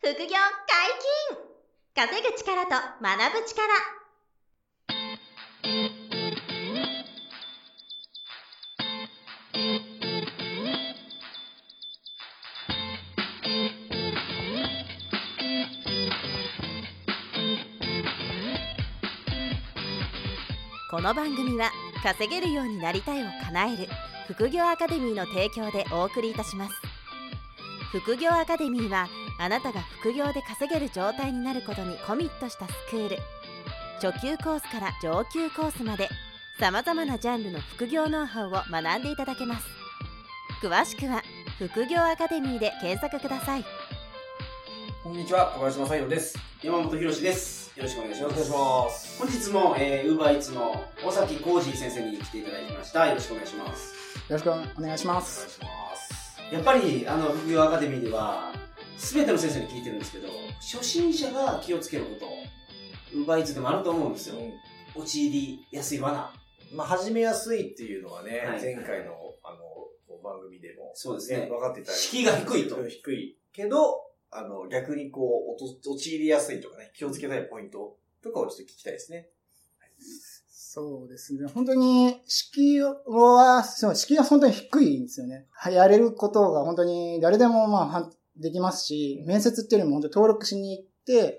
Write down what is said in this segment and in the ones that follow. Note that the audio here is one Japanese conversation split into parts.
副業解禁！稼ぐ力と学ぶ力。この番組は稼げるようになりたいを叶える副業アカデミーの提供でお送りいたします。副業アカデミーはあなたが副業で稼げる状態になることにコミットしたスクール。初級コースから上級コースまでさまざまなジャンルの副業ノウハウを学んでいただけます。詳しくは副業アカデミーで検索ください。 こんにちは、小林正宏です。 山本博史です。よろしくお願いします。 お願いします。 本日もUberEats の尾崎浩二先生に来ていただきました。よろしくお願いします。 よろしくお願いします。 やっぱり副業アカデミーでは全ての先生に聞いてるんですけど、初心者が気をつけること、UberEats でもあると思うんですよ。陥りやすい罠。 始めやすいっていうのはね、 はい、 前回の番組でも、 そうですね。 分かっていただいて。 敷居が低いと。 低いけど、逆に陥りやすいとかね、気をつけたいポイントとかをちょっと聞きたいですね。 はい、そうですね。本当に、敷居は本当に低いんですよね。やれることが本当に誰でもできますし、面接っていうよりも本当に登録しに行って、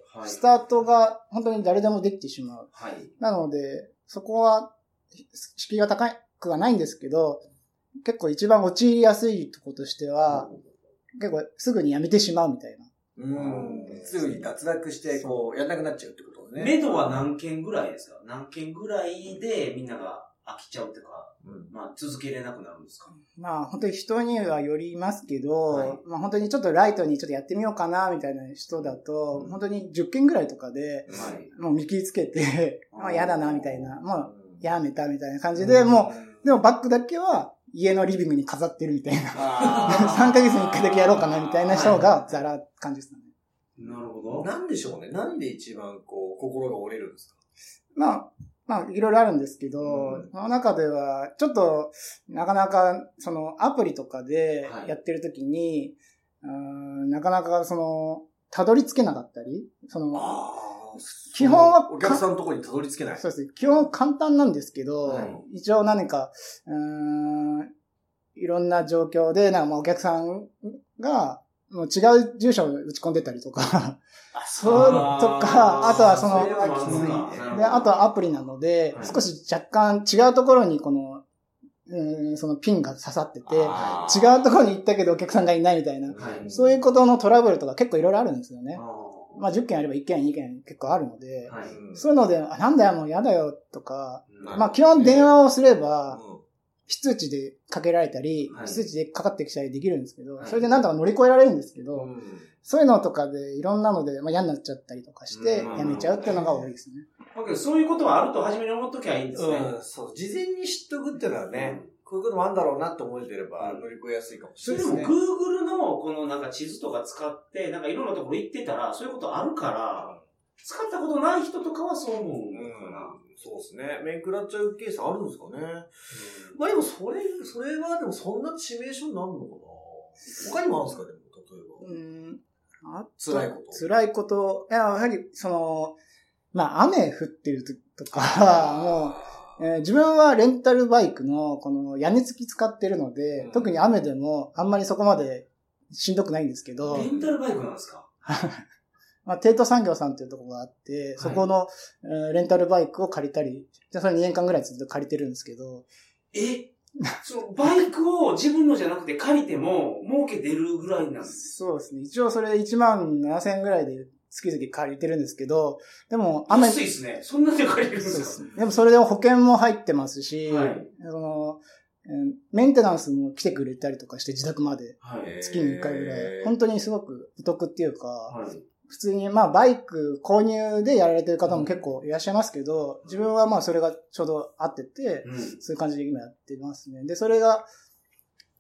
はい、スタートが本当に誰でもできてしまう。はい、なので、そこは敷居が高くはないんですけど、結構一番陥りやすいところとしては、結構すぐに辞めてしまうみたいな。 すぐに脱落してやんなくなっちゃうってことね。 目処は何件ぐらいですか？何件ぐらいでみんなが飽きちゃうっていうか、続けれなくなるんですか？ 本当に人にはよりますけど、はい、本当にちょっとライトにちょっとやってみようかなみたいな人だと、本当に10件ぐらいとかで、もう見切りつけて、嫌だなみたいな、もうやめたみたいな感じで、でもバッグだけは家のリビングに飾ってるみたいな。3ヶ月に1回だけやろうかなみたいな人がザラ感じですね。 なるほど。 なんでしょうね。なんで一番心が折れるんですか？いろいろあるんですけど、その中では、ちょっと、なかなか、アプリとかでやってるときに、なかなかたどり着けなかったり、基本はお客さんのところにたどり着けない。 そうです。基本簡単なんですけど、一応何か、いろんな状況で、お客さんが、もう違う住所を打ち込んでたりとか、そうとか、あとはで、あとはアプリなので、少し若干違うところにピンが刺さってて、違うところに行ったけどお客さんがいないみたいな、そういうことのトラブルとか結構いろいろあるんですよね。10件あれば1件2件結構あるので、そういうので、なんだよもう嫌だよとか、基本電話をすれば、非通知でかけられたり、非通知でかかってきたりできるんですけど、それでなんとか乗り越えられるんですけど、そういうのとかでいろんなので、嫌になっちゃったりとかして、やめちゃうっていうのが多いですね。 だけどそういうことはあると初めに思っときゃいいんですね。 そう。事前に知っとくっていうのはね、こういうこともあるんだろうなって思えてれば乗り越えやすいかもしれないですね。 それでも Google のこの地図とか使って、いろんなところ行ってたら、そういうことあるから、使ったことない人とかはそう思うのかな。 そうですね。面食らっちゃうケースあるんですかね。でもそれはでもそんな致命傷になるのかな。他にもあるんですか、でも、例えば。辛いこと。 辛いこと。やはり、雨降ってるとか、もう、自分はレンタルバイクのこの屋根付き使ってるので、特に雨でもあんまりそこまでしんどくないんですけど。 レンタルバイクなんですか？ 帝都産業さんっていうところがあって、そこの、レンタルバイクを借りたり、それ2年間ぐらいずっと借りてるんですけど。 バイクを自分のじゃなくて借りても儲け出るぐらいなんですそうですね。一応それ17,000円ぐらいで月々借りてるんですけど、でも安いですね。そんなで借りてるんですか？ でもそれで保険も入ってますし、メンテナンスも来てくれたりとかして自宅まで月に1回ぐらい、本当にすごくお得っていうか、普通にバイク購入でやられてる方も結構いらっしゃいますけど、自分はそれがちょうど合ってて、そういう感じで今やってますね。で、それが、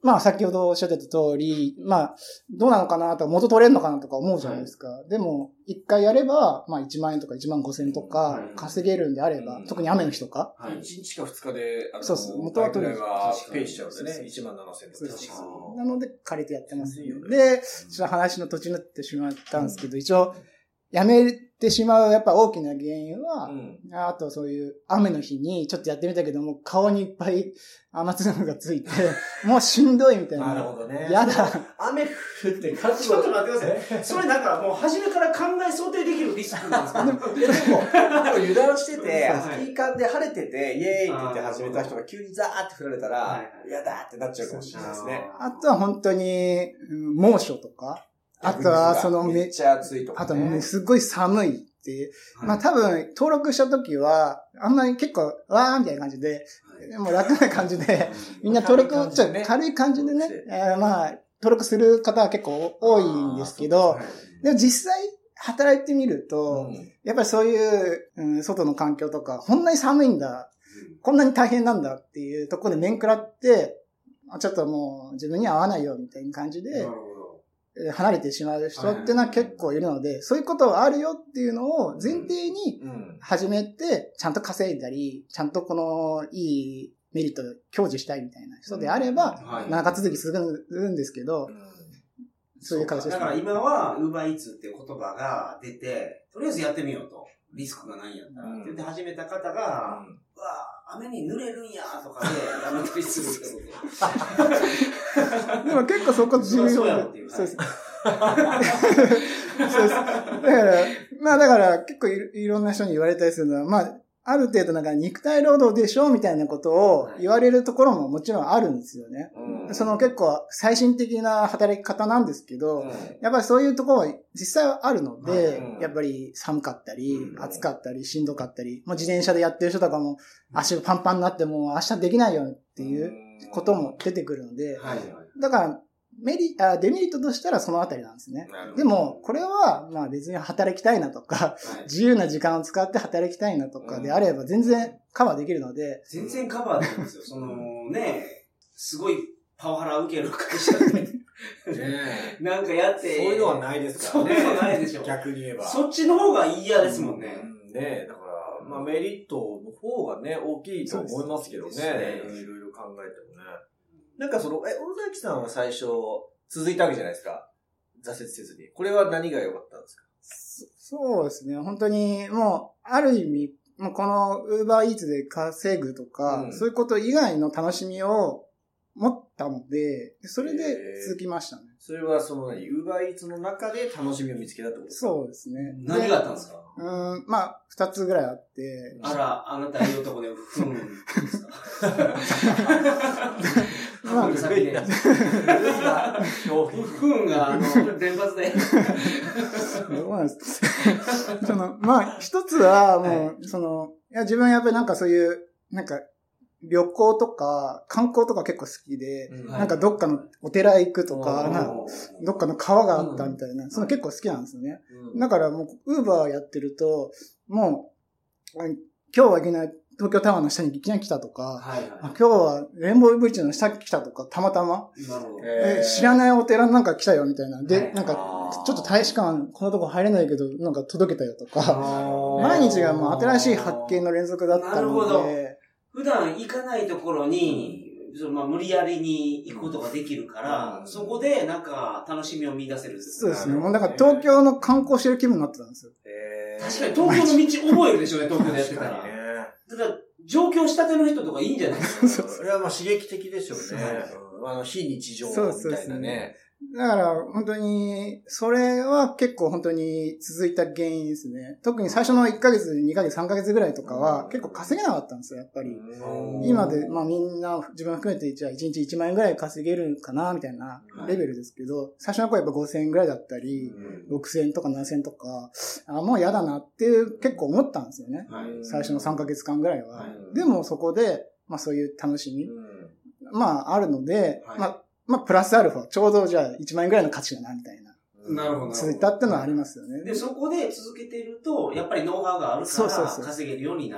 まあ先ほどおっしゃってた通り、まあどうなのかなとか元取れるのかなとか思うじゃないですか。はい、でも一回やれば、まあ1万円とか1万5千円とか稼げるんであれば、特に雨の日とか。 1日か2日で、 そうそう、元は取れる。 ペイしちゃうんですね。1万7千円とか。 なので借りてやってますよ。で、ちょっと話の途中になってしまったんですけど、一応、やめてしまうやっぱ大きな原因は、あとそういう雨の日にちょっとやってみたけども、顔にいっぱい雨粒がついて、もうしんどいみたいな。 なるほどね。 やだ。 雨降って覚悟。 ちょっと待ってください。それなんかもう初めから考え想定できるリスクなんですか？ でも油断してて、スキーカンで晴れてて、イエーイって言って始めた人が急にザーって降られたら、やだってなっちゃうかもしれないですね。 あとは本当に、猛暑とか、あとはめっちゃ暑いとか、 あとすっごい寒いっていう。まあ多分登録した時は、あんまり結構、わーみたいな感じで、もう楽な感じで、みんな登録、ちょっと軽い感じでね、まあ登録する方は結構多いんですけど、でも実際働いてみると、やっぱりそういう、外の環境とか、こんなに寒いんだ、こんなに大変なんだっていうところで面食らって、ちょっともう自分には合わないよみたいな感じで、離れてしまう人っていうのは結構いるので、そういうことがあるよっていうのを前提に始めて、ちゃんと稼いだり、ちゃんとこのいいメリットを享受したいみたいな人であれば、長続きするんですけど、そういう形ですね。 だから今は UberEats っていう言葉が出て、とりあえずやってみようと。リスクがないんやったら。って言って始めた方が、うわ雨に濡れるんやとかでやめたりするってこと。 でも結構そこ重要。 そうやろっていう。 そうです。そうです。だから結構いろんな人に言われたりするのは、まあ、ある程度なんか肉体労働でしょみたいなことを言われるところももちろんあるんですよね。その結構最新的な働き方なんですけど、やっぱりそういうところは実際はあるので、やっぱり寒かったり、暑かったり、しんどかったり、もう自転車でやってる人とかも足がパンパンになってもう明日できないよっていうことも出てくるので、だからデメリットとしたらそのあたりなんですね。でも、これは、まあ別に働きたいなとか、自由な時間を使って働きたいなとかであれば全然カバーできるので。 全然カバーできますよ。そのね、すごいパワハラ受ける会社で。なんかやって。 そういうのはないですからね。 そういうのはないでしょ。 逆に言えば。 そっちの方が嫌ですもんね。 ねだから、まあメリットの方がね、大きいと思いますけどね。いろいろ考えてもね。なんか尾崎さんは最初続いたわけじゃないですか。挫折せずに。これは何が良かったんですか？ そうですね。本当にもう、ある意味、もうこの UberEats で稼ぐとか、そういうこと以外の楽しみを持ったので、それで続きましたね。 それはUberEats の中で楽しみを見つけたってことですか？ そうですね。 何があったんですか？ まあ、2つぐらいあって。 あら、あなたいい男で、ふんですか？ まあ、ふんが、連発で。 どうなんですか？まあ、一つは、もう、自分はやっぱりなんかそういう、なんか、旅行とか、観光とか結構好きで、なんかどっかのお寺行くとか、どっかの川があったみたいな、その結構好きなんですよね。だからもう、Uber やってると、もう、今日は行けない、東京タワーの下にいきなり来たとか、今日はレインボーブリッジの下に来たとか、たまたま、知らないお寺なんか来たよみたいな。で、なんか、ちょっと大使館、このとこ入れないけど、なんか届けたよとか、毎日がもう新しい発見の連続だったので、 普段行かないところに、無理やりに行くことができるから、そこでなんか楽しみを見出せる。 そうですね。もうだから東京の観光してる気分になってたんですよ。 確かに東京の道覚えるでしょうね、東京でやってたら。だから上京したての人とかいいんじゃないですか。 それは刺激的でしょうね。非日常みたいなね。 だから本当に、それは結構本当に続いた原因ですね。特に最初の1ヶ月、2ヶ月、3ヶ月ぐらいとかは結構稼げなかったんですよ、やっぱり。今で、まあみんな、自分含めてじゃあ1日1万円ぐらい稼げるかな、みたいなレベルですけど、最初の頃やっぱ5000円ぐらいだったり、6000円とか7000円とか、もう嫌だなって結構思ったんですよね。最初の3ヶ月間ぐらいは。でもそこで、まあそういう楽しみ、まああるので、まあ、プラスアルファ、ちょうどじゃあ1万円ぐらいの価値だな、みたいな。 なるほど。 続いたってのはありますよね。 で、そこで続けていると、やっぱりノウハウがあるから、稼げるようになると。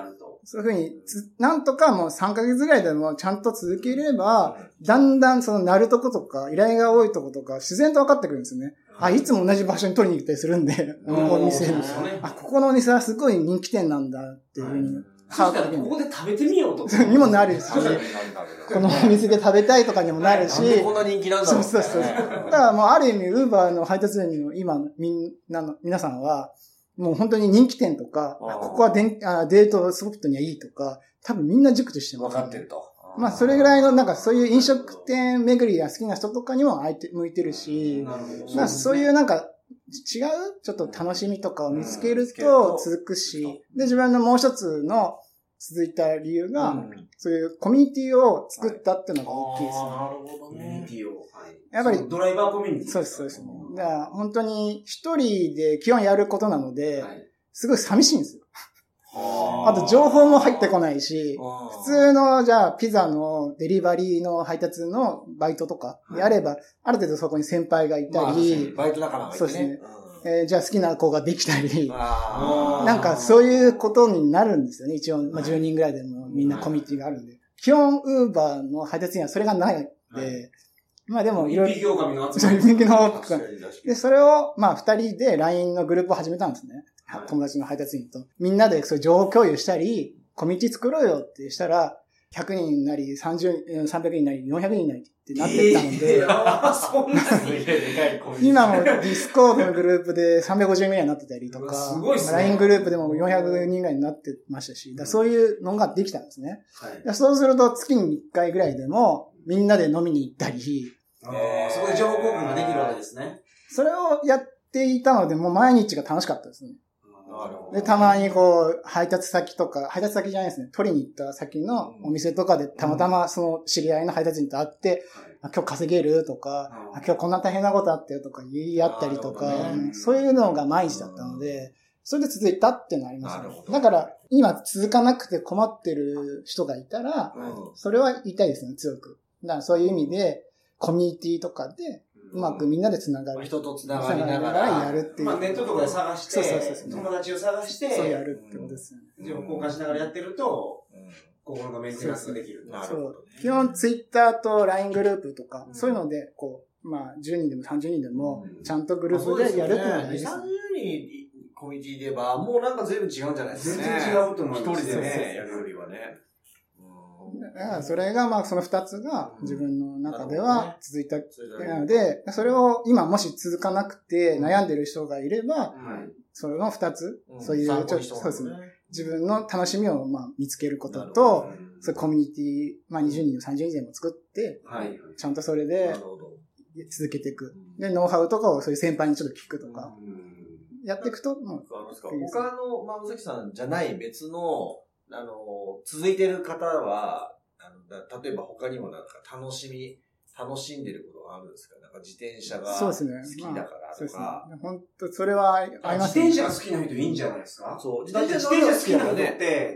そういうふうになんとかもう3ヶ月ぐらいでもちゃんと続ければ、だんだんそのなるとことか、依頼が多いとことか、自然と分かってくるんですよね。いつも同じ場所に取りに行ったりするんで、お店に。ここのお店はすごい人気店なんだっていうふうに。 そうしたらここで食べてみようと。 にもなるし、このお店で食べたいとかにもなるし。 なんでこんな人気なんだろう。 そう。だからもうある意味、ウーバーの配達員の今、皆さんは、もう本当に人気店とか、ここはデートソフトにはいいとか、多分みんな熟知してます、 分かってると。 まあそれぐらいのなんかそういう飲食店巡りが好きな人とかにも向いてるし、まあそういうなんか違うちょっと楽しみとかを見つけると続くし、で自分のもう一つの続いた理由が、そういうコミュニティを作ったっていうのが大きいですね。 なるほどね。 コミュニティを。 やっぱりドライバーコミュニティ。 そうです。だから本当に一人で基本やることなので、すごい寂しいんですよ。あと情報も入ってこないし、普通のじゃあピザのデリバリーの配達のバイトとかやれば、ある程度そこに先輩がいたり、 バイト仲間がいてね。 そうですね。じゃあ好きな子ができたり、なんかそういうことになるんですよね。一応、まあ、10人ぐらいでもみんなコミュニティがあるんで。基本、ウーバーの配達員はそれがないので、まあでもいろいろ。 一匹狼の集まり。 一匹ので、それを、まあ二人で LINE のグループを始めたんですね。友達の配達員と。みんなでそういう情報共有したり、コミュニティ作ろうよってしたら、100人になり、300人になり、400人になりってなってったので、 そんな今もディスコードのグループで350人ぐらいになってたりとか、 すごいっすね。 LINE グループでも400人ぐらいになってましたし、そういうのができたんですね。そうすると月に1回ぐらいでもみんなで飲みに行ったり、 そこで情報交換ができるわけですね。 それをやっていたので、もう毎日が楽しかったですね。で、たまにこう、配達先じゃないですね。取りに行った先のお店とかでたまたまその知り合いの配達員と会って、今日稼げるとか、今日こんな大変なことあったよとか言い合ったりとか、そういうのが毎日だったので、それで続いたっていうのがありますね。だから、今続かなくて困ってる人がいたら、それは言いたいですね、強く。だからそういう意味で、コミュニティとかで、うまくみんなでつながる。 人とつながりながらやるっていう。 まあネットとかで探して、友達を探して、 そうやるってことですよね。 情報交換しながらやってると、心のメンテナンスができる。 そう。基本ツイッターと LINE グループとか、そういうので、こう、まあ10人でも30人でも、ちゃんとグループでやるっていうのがいいですね。 30人コミュニティで言えば、もうなんか全部違うんじゃないですかね。 全然違うと思う。 一人でね、やるよりはね。 それが、まあ、その二つが自分の中では続いた。なので、それを今もし続かなくて悩んでる人がいれば、それの二つ、そういう、そうですね。自分の楽しみをまあ見つけることと、そういうコミュニティ、まあ20人、30人でも作って、ちゃんとそれで続けていく。で、ノウハウとかをそういう先輩にちょっと聞くとか、やっていくと、 他の、まあ、尾崎さんじゃない別の、続いてる方は、例えば他にもなんか楽しんでることがあるんですか？なんか自転車が好きだからとか。 本当それはありますね。自転車が好きな人いいんじゃないですか？ そう。 自転車好きな人って、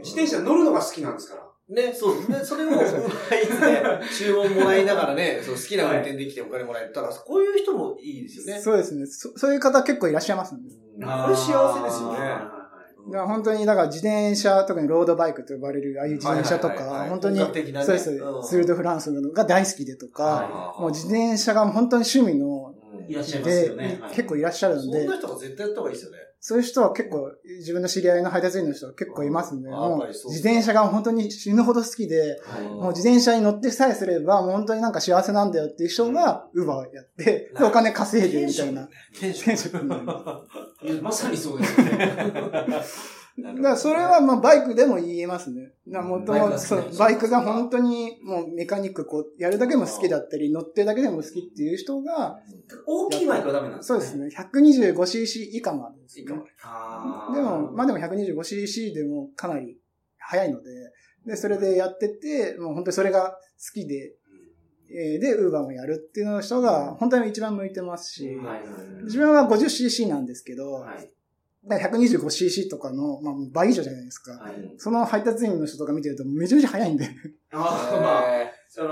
自転車乗るのが好きなんですから。 ね、そう。で、それを、注文もらいながらね、そう好きな運転できてお金もらえる。だから、こういう人もいいですよね。 そうですね。そういう方結構いらっしゃいますね。 これ幸せですよね。 だから本当に、だから自転車、特にロードバイクと呼ばれる、ああいう自転車とか、本当に、そうです。ツールドフランスが大好きでとか、もう自転車が本当に趣味の、 いらっしゃいますよね。 結構いらっしゃるんで。 そんな人が絶対やった方がいいですよね。 そういう人は結構、自分の知り合いの配達員の人は結構いますんで、もう自転車が本当に死ぬほど好きで、もう自転車に乗ってさえすれば、もう本当になんか幸せなんだよっていう人が、ウーバーやって、で、お金稼いでみたいな。 テンション。 まさにそうですよね。 だからそれはまあバイクでも言えますね。もともとバイクが本当にもうメカニックこうやるだけも好きだったり乗ってるだけでも好きっていう人が大きいバイクはダメなんですか？ そうですね。125cc 以下までですね。でもまあでも 125cc でもかなり速いので、それでやっててもう本当にそれが好きで。で、ウーバーもやるっていうの人が本当に一番向いてますし、自分は 50cc なんですけど、125cc とかの、まあ、倍以上じゃないですか。その配達員の人とか見てるとめちゃめちゃ速いんで。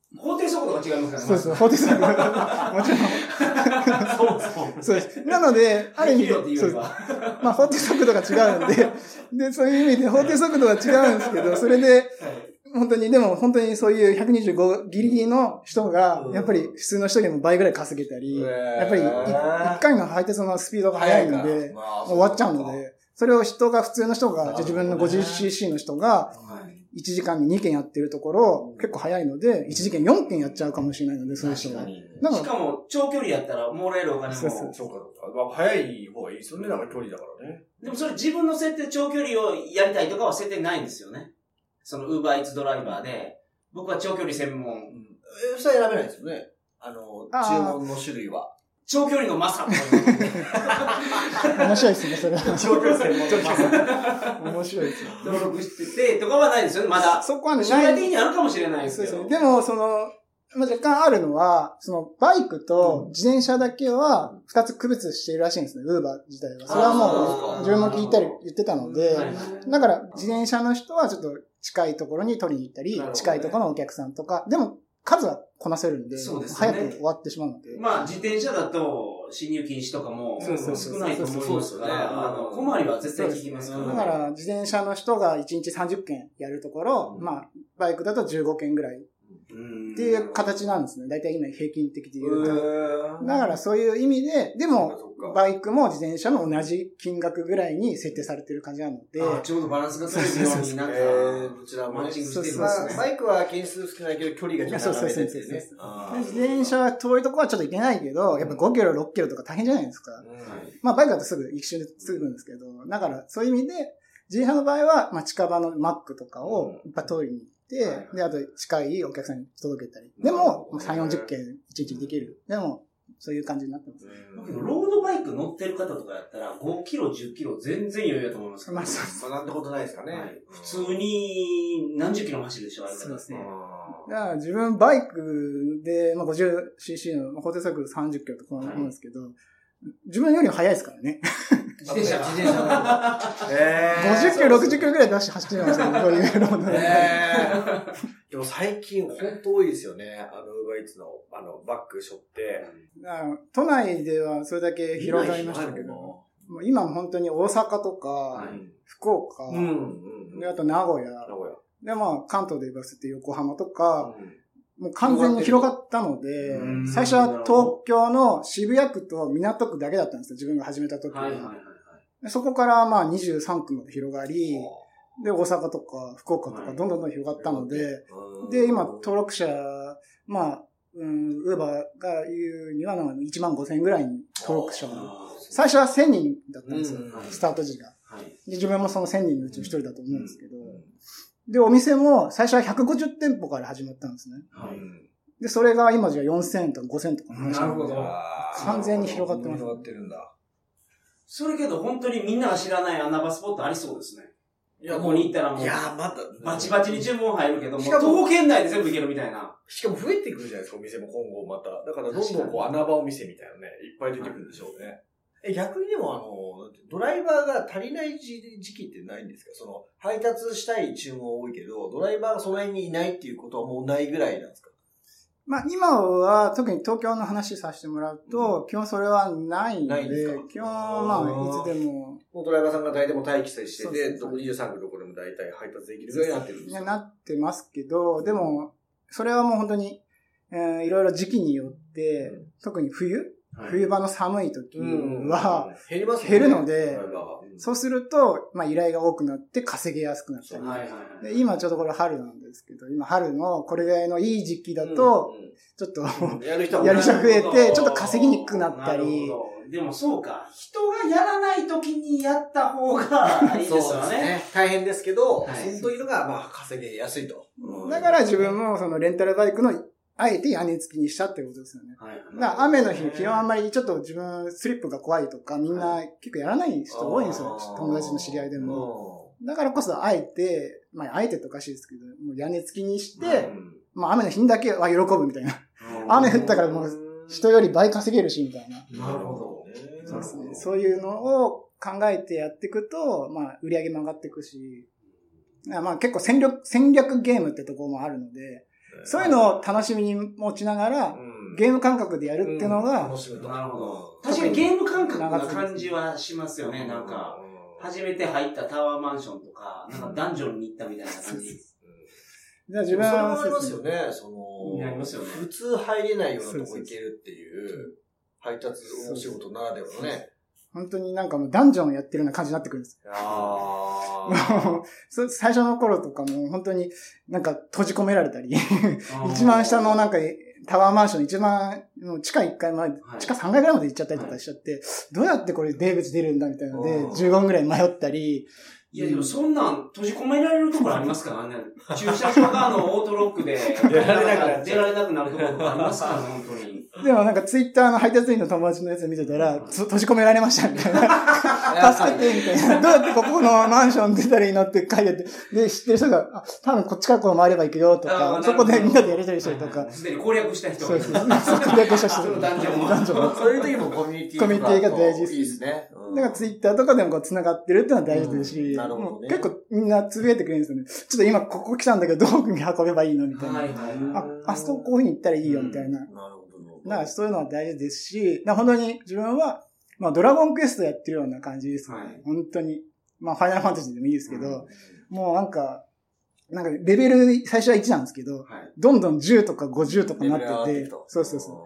法定速度が違いますからね。 そうそう、法定速度。もちろん。そうです。なので、ある意味で、まあ法定速度が違うんで、で、そういう意味で法定速度は違うんですけど、それで、本当に、でも本当にそういう125ギリギリの人が、やっぱり普通の人よりも倍ぐらい稼げたり、やっぱり1回の配達のスピードが速いので、終わっちゃうので、それを普通の人が、じゃあ自分の 50cc の人が、1時間に2件やってるところ、結構早いので、1時間4件やっちゃうかもしれないので、そういう人が。 しかも、長距離やったら、もらえるお金も。 そうか。早い方がいいですよね、なんか距離だからね。 でもそれ自分の設定、長距離をやりたいとかは設定ないんですよね。その、ウーバーイーツドライバーで、僕は長距離専門。 それは選べないですよね。注文の種類は。 長距離のマサとか面白いですね、それは。 長距離専門のマサ。 面白いですね。 登録してて、とかはないですよね、まだ。 そこはね、 将来的にあるかもしれないですけど。 そうですね。でも、まあ、若干あるのは、バイクと自転車だけは、二つ区別しているらしいんですね、ウーバー自体は。それはもう、自分も聞いたり言ってたので、だから、自転車の人はちょっと近いところに取りに行ったり、近いところのお客さんとか、でも、数はこなせるんで、早く終わってしまうので。 まあ、自転車だと、侵入禁止とかも少ないと思いますから、小回りは絶対効きますからね。 だから、自転車の人が1日30件やるところ、まあ、バイクだと15件ぐらい。っていう形なんですね。だいたい今平均的で言うと。だからそういう意味で、でも、バイクも自転車も同じ金額ぐらいに設定されてる感じなので。 ちょうどバランスが取れるようになんか、 どちらもマッチングしてるんですね。 バイクは件数少ないけど距離がちょっと長めですね。 自転車は遠いとこはちょっと行けないけど、やっぱ5キロ、6キロとか大変じゃないですか。まあバイクだとすぐ一瞬ですぐんですけど、だからそういう意味で、自転車の場合は、まあ近場のマックとかをいっぱい通りに行って、で、あと近いお客さんに届けたり。でも、3、40件1日できる。でも、そういう感じになってます。 ロードバイク乗ってる方とかやったら、5キロ、10キロ全然余裕だと思います。 まあ、なんてことないですかね。 普通に何十キロ走るでしょ、あれそうですね。だから自分バイクで、まあ、50cc の法定速度30キロとか思うんですけど、自分よりも速いですからね。 自転車 50キロ、60キロぐらい出して走ってましたね、こういうロードで。 でも最近本当多いですよね。ウーバーイーツの、バッグ背負って。 都内ではそれだけ広がりましたけど、今も本当に大阪とか、福岡、であと名古屋、でまあ関東で言いますって横浜とか、もう完全に広がったので、最初は東京の渋谷区と港区だけだったんですよ、自分が始めた時は。そこからまあ23区まで広がり、で、大阪とか福岡とかどんどん広がったので、で、今登録者、まあ、ウーバーが言うには15,000ぐらいに登録者が。最初は1000人だったんですよ、スタート時が。で、自分もその1000人のうちの一人だと思うんですけど、で、お店も最初は150店舗から始まったんですね。で、それが今じゃ4000とか5000とかの話なので、完全に広がってます。 広がってるんだ。 それけど本当にみんなが知らない穴場スポットありそうですね。ここに行ったらもう、バチバチに注文入るけど、もう徒歩圏内で全部行けるみたいな。 しかも増えてくるじゃないですか、お店も今後また。だからどんどんこう穴場お店みたいなね、いっぱい出てくるんでしょうね。逆にでもドライバーが足りない時期ってないんですか？配達したい注文多いけど、ドライバーがその辺にいないっていうことはもうないぐらいなんですか？ まあ今は特に東京の話させてもらうと、基本それはないので、基本まあいつでも。 ドライバーさんが大体も待機してて、23区どこでも大体配達できるぐらいになってるんですか？ なってますけど、でも、それはもう本当に、いろいろ時期によって、特に冬場の寒い時は減るので、そうすると、まあ依頼が多くなって稼げやすくなったり。で今ちょうどこれ春なんですけど、今春のこれぐらいのいい時期だと、ちょっとやる人増えて、ちょっと稼ぎにくくなったり。 でもそうか、人がやらない時にやった方がいいですよね。 大変ですけど、そういうのがまあ稼げやすいと。 だから自分もそのレンタルバイクのあえて屋根付きにしたってことですよね。だから雨の日、気温あんまりちょっと自分スリップが怖いとか、みんな結構やらない人多いんですよ。友達の知り合いでも。だからこそあえて、まああえてとおかしいですけど、もう屋根付きにして、まあ雨の日にだけは喜ぶみたいな。雨降ったからもう人より倍稼げるし、みたいな。 なるほど。 そうですね。そういうのを考えてやっていくと、まあ売り上げも上がっていくし、まあ結構戦略ゲームってところもあるので、 そういうのを楽しみに持ちながら、ゲーム感覚でやるっていうのが、 なるほど。確かにゲーム感覚な感じはしますよね。なんか、初めて入ったタワーマンションとか、なんかダンジョンに行ったみたいな感じ。 じゃあ自分はそうありますよね。 ありますよね。 普通入れないようなとこ行けるっていう、配達お仕事ならではのね。 本当になんかもうダンジョンやってるような感じになってくるんですよ。最初の頃とかも本当になんか閉じ込められたり、一番下のなんかタワーマンション一番、地下1階まで、地下3階ぐらいまで行っちゃったりとかしちゃって、どうやってこれ出口出るんだみたいなので、15分ぐらい迷ったり。 いやでもそんなん閉じ込められるところありますからね。駐車場がオートロックで出られなくなるところとかありますからね、本当に。 でもなんかツイッターの配達員の友達のやつ見てたら、閉じ込められましたみたいな。助けてみたいな。どうやってここのマンション出たらいいのって書いてあって、で、知ってる人が、多分こっちからこう回れば行くよとか、そこでみんなでやりたりしたりとか。 すでに攻略した人がいる。そうそう。攻略した人がダンジョン。 そういう時もコミュニティが大事です。 いいですね。 だからツイッターとかでもこう繋がってるってのは大事ですし、 なるほどね。 結構みんなつぶやいてくれるんですよね。ちょっと今ここ来たんだけど、どう運べばいいのみたいな。あそここういう風に行ったらいいよみたいな。 なるほど。 だからそういうのは大事ですし、本当に自分は、ドラゴンクエストやってるような感じですね。本当に。ファイナルファンタジーでもいいですけど、もうなんかレベル最初は1なんですけど、どんどん10とか50とかなってて、そうそうそう。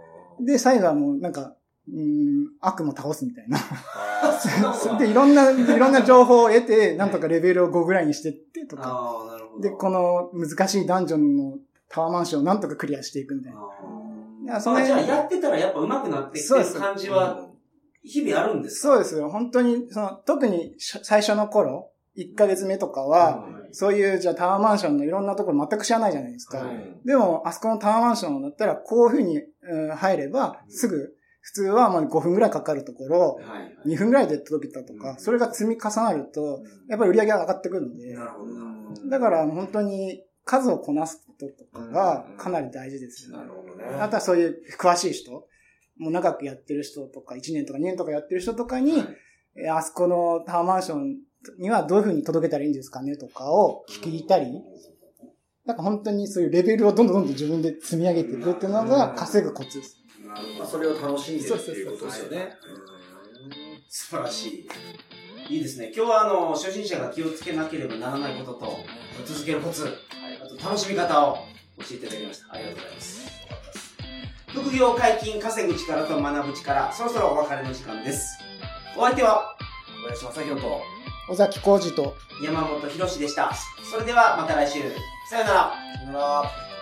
で、最後はもうなんか、悪も倒すみたいな。で、いろんな情報を得て、なんとかレベルを5ぐらいにしてってとか。で、この難しいダンジョンのタワーマンションをなんとかクリアしていくみたいな。 じゃあやってたらやっぱ上手くなってきてる感じは日々あるんですか？ そうですよ。本当に、特に最初の頃、1ヶ月目とかは、そういうじゃあタワーマンションのいろんなところ全く知らないじゃないですか。でも、あそこのタワーマンションだったら、こういう風に入れば、すぐ、普通は5分ぐらいかかるところ、2分ぐらいで届けたとか、それが積み重なると、やっぱり売り上げが上がってくるので、だから本当に数をこなすこととかがかなり大事ですよね。あとはそういう詳しい人、もう長くやってる人とか、1年とか2年とかやってる人とかに、あそこのタワーマンションにはどういう風に届けたらいいんですかねとかを聞いたり、なんか本当にそういうレベルをどんどん自分で積み上げていくっていうのが稼ぐコツです。 それを楽しんでるっていうことですよね。 素晴らしい。いいですね。今日は初心者が気をつけなければならないことと、続けるコツ、あと楽しみ方を教えていただきました。ありがとうございます。副業解禁、稼ぐ力と学ぶ力、そろそろお別れの時間です。お相手は、 小林正弘と、 尾崎浩二と、 山本博史でした。それではまた来週。さよなら。 さよなら。